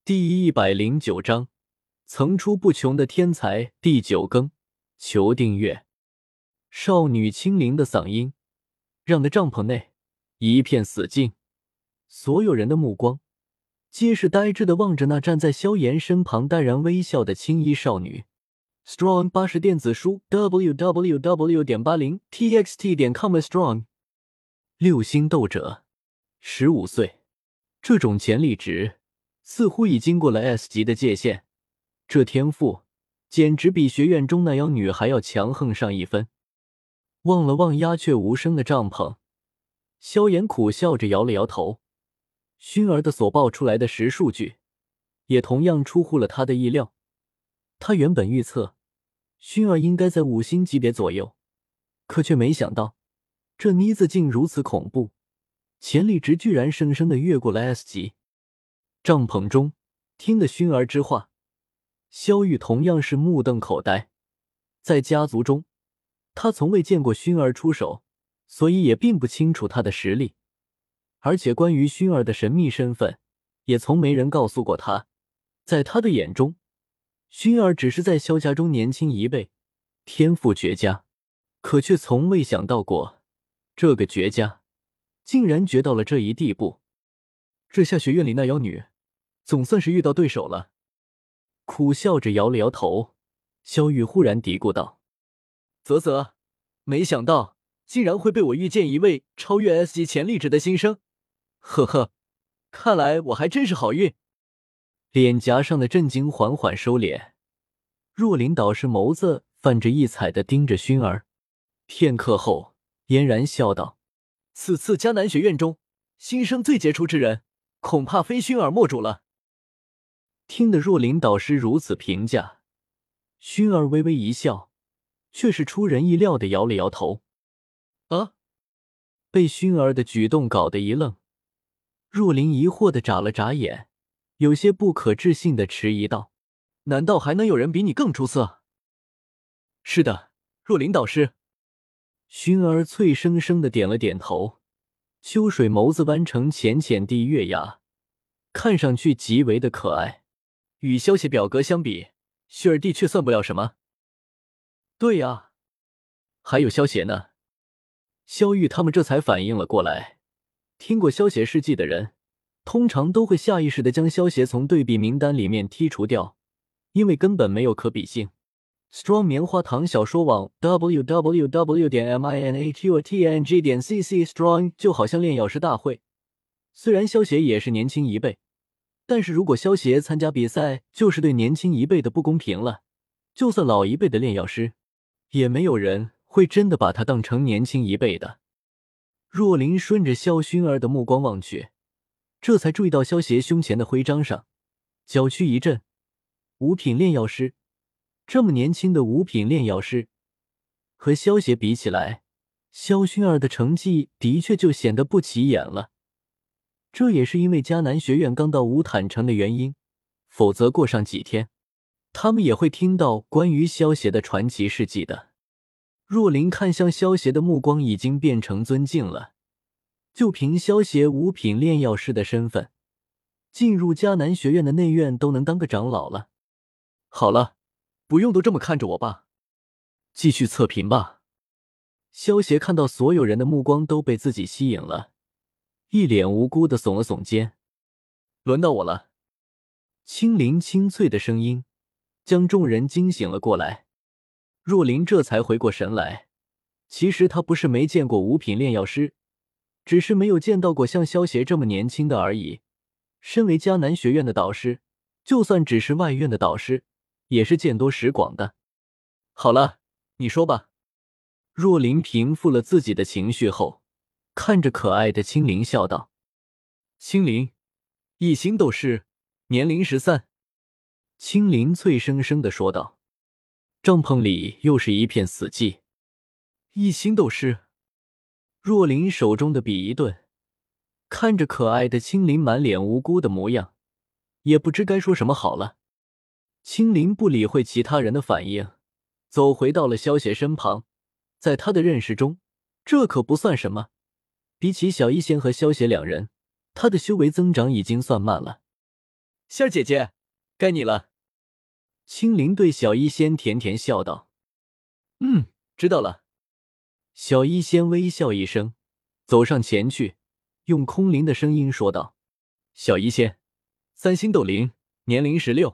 第109章层出不穷的天才第9更，求订阅。少女清灵的嗓音让得帐篷内一片死静，所有人的目光皆是呆滞地望着那站在萧炎身旁淡然微笑的青衣少女。Strong 80电子书 www.80txt.com/strong 六星斗者，15岁，这种潜力值似乎已经过了 S 级的界限，这天赋简直比学院中那妖女还要强横上一分。望了望鸦雀无声的帐篷，萧炎苦笑着摇了摇头。薰儿的所报出来的实数据也同样出乎了他的意料。他原本预测薰儿应该在5星级别左右，可却没想到这妮子竟如此恐怖，潜力值居然生生的越过了 S 级。帐篷中听得薰儿之话，萧玉同样是目瞪口呆。在家族中，他从未见过薰儿出手，所以也并不清楚他的实力。而且关于薰儿的神秘身份，也从没人告诉过他。在他的眼中，薰儿只是在萧家中年轻1倍，天赋绝佳，可却从未想到过，这个绝佳竟然绝到了这一地步。这下学院里那妖女总算是遇到对手了。苦笑着摇了摇头，萧玉忽然嘀咕道：啧，没想到竟然会被我遇见一位超越 S 级潜力值的新生，呵呵，看来我还真是好运。脸颊上的震惊缓缓收敛，若琳导师眸子泛着异彩地盯着薰儿，片刻后嫣然笑道：此次迦南学院中新生最杰出之人，恐怕非薰儿莫属了。听得若琳导师如此评价，薰儿微微一笑，却是出人意料地摇了摇头。被薰儿的举动搞得一愣，若琳疑惑地眨了眨眼，有些不可置信地迟疑道：难道还能有人比你更出色？是的，若琳导师。薰儿脆生生地点了点头，秋水眸子弯成浅浅地月牙，看上去极为的可爱。与萧协表哥相比，旭儿弟却算不了什么。对呀，还有萧协呢。萧玉他们这才反应了过来，听过萧协事迹的人通常都会下意识地将萧协从对比名单里面剔除掉，因为根本没有可比性。Strong 棉花糖小说网 www.minhatng.cc Strong 就好像炼药师大会，虽然萧协也是年轻1倍，但是如果萧协参加比赛，就是对年轻1倍的不公平了。就算老1倍的炼药师，也没有人会真的把他当成年轻1倍的。若琳顺着萧薰儿的目光望去，这才注意到萧协胸前的徽章上，脚躯一震，五品炼药师。这么年轻的五品炼药师，和萧协比起来，萧薰儿的成绩的确就显得不起眼了。这也是因为迦南学院刚到乌坦城的原因，否则过上几天，他们也会听到关于萧协的传奇事迹的。若琳看向萧协的目光已经变成尊敬了，就凭萧协五品炼药师的身份，进入迦南学院的内院都能当个长老了。好了，不用都这么看着我吧，继续测评吧。萧协看到所有人的目光都被自己吸引了，一脸无辜地耸了耸肩。轮到我了。清灵清脆的声音将众人惊醒了过来。若琳这才回过神来，其实她不是没见过五品炼药师，只是没有见到过像萧协这么年轻的而已。身为迦南学院的导师，就算只是外院的导师，也是见多识广的。好了，你说吧。若琳平复了自己的情绪后，看着可爱的青灵笑道：青灵，一星斗士，年龄13。青灵脆生生地说道。帐篷里又是一片死寂。一星斗士。若琳手中的笔一顿，看着可爱的青灵满脸无辜的模样，也不知该说什么好了。青灵不理会其他人的反应，走回到了萧协身旁。在他的认识中，这可不算什么，比起小一仙和萧协2人，他的修为增长已经算慢了。 仙儿姐姐，该你了。青灵对小医仙甜甜笑道：“知道了。”小医仙微笑一声，走上前去，用空灵的声音说道：“小医仙，3星斗灵，年龄16。”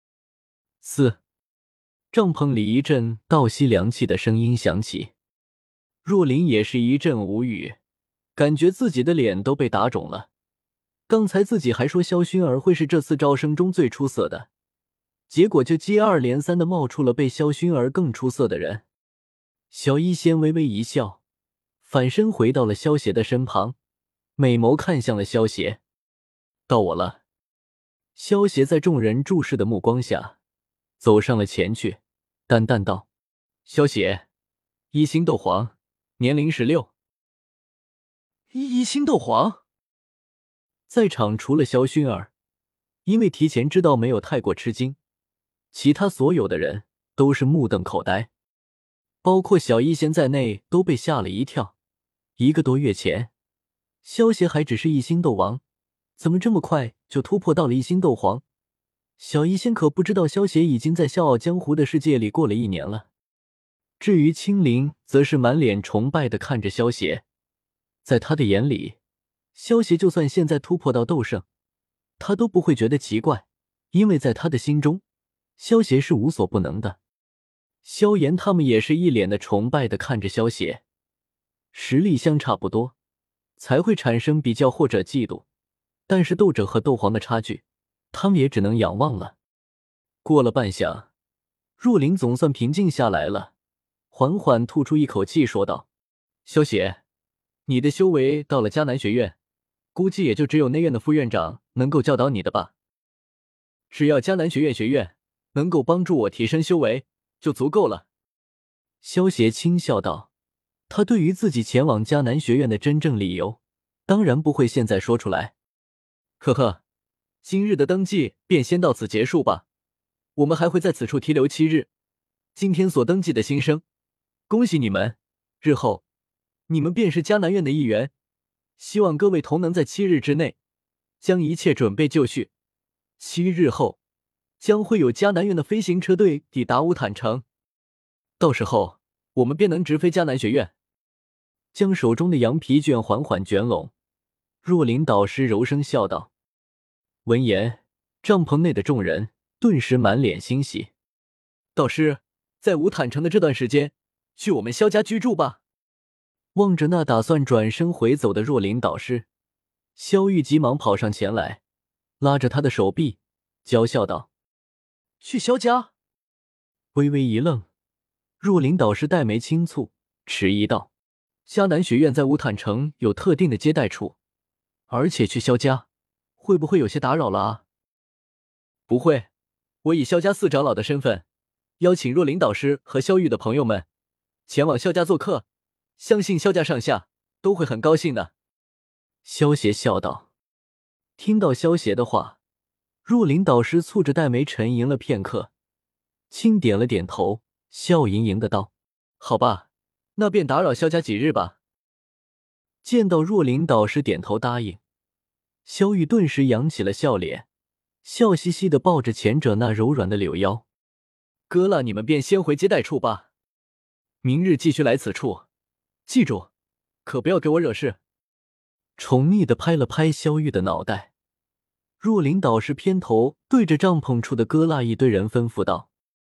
帐篷里一阵倒吸凉气的声音响起，若琳也是一阵无语，感觉自己的脸都被打肿了。刚才自己还说萧薰儿会是这次招生中最出色的，结果就接二连三的冒出了被萧薰儿更出色的人。小医仙微微一笑，反身回到了萧协的身旁，美眸看向了萧协。到我了。萧协在众人注视的目光下走上了前去，淡淡道：“萧协，1星斗皇，年龄16。”一星斗皇？在场除了萧薰儿，因为提前知道没有太过吃惊，其他所有的人都是目瞪口呆，包括小医仙在内都被吓了一跳。1个多月前，萧协还只是1星斗王，怎么这么快就突破到了1星斗皇？小医仙可不知道萧协已经在笑傲江湖的世界里过了1年了。至于青灵，则是满脸崇拜地看着萧协，在他的眼里，萧协就算现在突破到斗圣，他都不会觉得奇怪，因为在他的心中，萧协是无所不能的。萧炎他们也是一脸的崇拜地看着萧协，实力相差不多，才会产生比较或者嫉妒，但是斗者和斗皇的差距，他们也只能仰望了。过了半晌，若琳总算平静下来了，缓缓吐出一口气说道：“萧协，你的修为到了迦南学院，估计也就只有内院的副院长能够教导你的吧。只要迦南学院能够帮助我提升修为，就足够了。”萧协轻笑道，他对于自己前往迦南学院的真正理由，当然不会现在说出来。呵呵，今日的登记便先到此结束吧，我们还会在此处停留7日。今天所登记的新生，恭喜你们，日后你们便是迦南院的一员，希望各位同能在7日之内将一切准备就绪。7日后将会有迦南院的飞行车队抵达乌坦城，到时候我们便能直飞迦南学院。将手中的羊皮卷缓缓卷拢，若琳导师柔声笑道。闻言，帐篷内的众人顿时满脸欣喜。导师，在乌坦城的这段时间，去我们萧家居住吧。望着那打算转身回走的若琳导师，萧玉急忙跑上前来，拉着他的手臂，娇笑道：“去萧家？”微微一愣，若琳导师黛眉轻蹙，迟疑道：“迦南学院在乌坦城有特定的接待处，而且去萧家，会不会有些打扰了啊？”“不会，我以萧家4长老的身份，邀请若琳导师和萧玉的朋友们前往萧家做客，相信萧家上下都会很高兴的。”萧协笑道。听到萧协的话，若琳导师蹙着黛眉沉吟了片刻，轻点了点头，笑盈盈的道：“好吧，那便打扰萧家几日吧。”见到若琳导师点头答应，萧玉顿时扬起了笑脸，笑嘻嘻的抱着前者那柔软的柳腰：“哥啦，你们便先回接待处吧，明日继续来此处，记住，可不要给我惹事。”宠溺的拍了拍萧玉的脑袋，若琳导师偏头对着帐篷处的哥啦一堆人吩咐道：“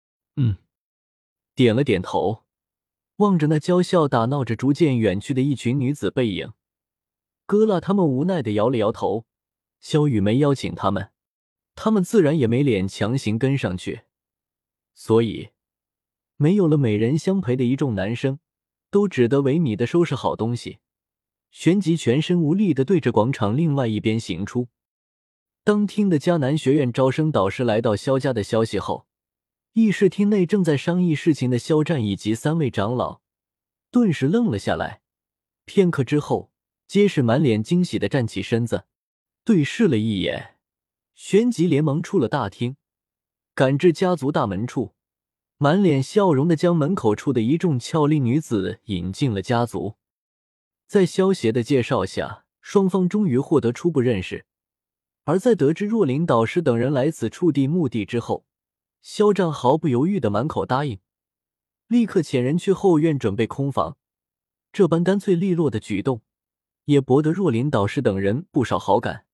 点了点头，望着那娇笑打闹着逐渐远去的一群女子背影，哥啦他们无奈的摇了摇头。萧雨没邀请他们，他们自然也没脸强行跟上去，所以没有了美人相陪的一众男生都只得萎靡的收拾好东西，旋即全身无力的对着广场另外一边行出。当听的迦南学院招生导师来到萧家的消息后，议事厅内正在商议事情的萧战以及3位长老顿时愣了下来，片刻之后皆是满脸惊喜的站起身子，对视了一眼，旋即连忙出了大厅，赶至家族大门处，满脸笑容的将门口处的一众俏丽女子引进了家族。在萧协的介绍下，双方终于获得初步认识， 而在得知若琳导师等人来此触地目的之后，肖战毫不犹豫的满口答应，立刻遣人去后院准备空房。这般干脆利落的举动，也博得若琳导师等人不少好感。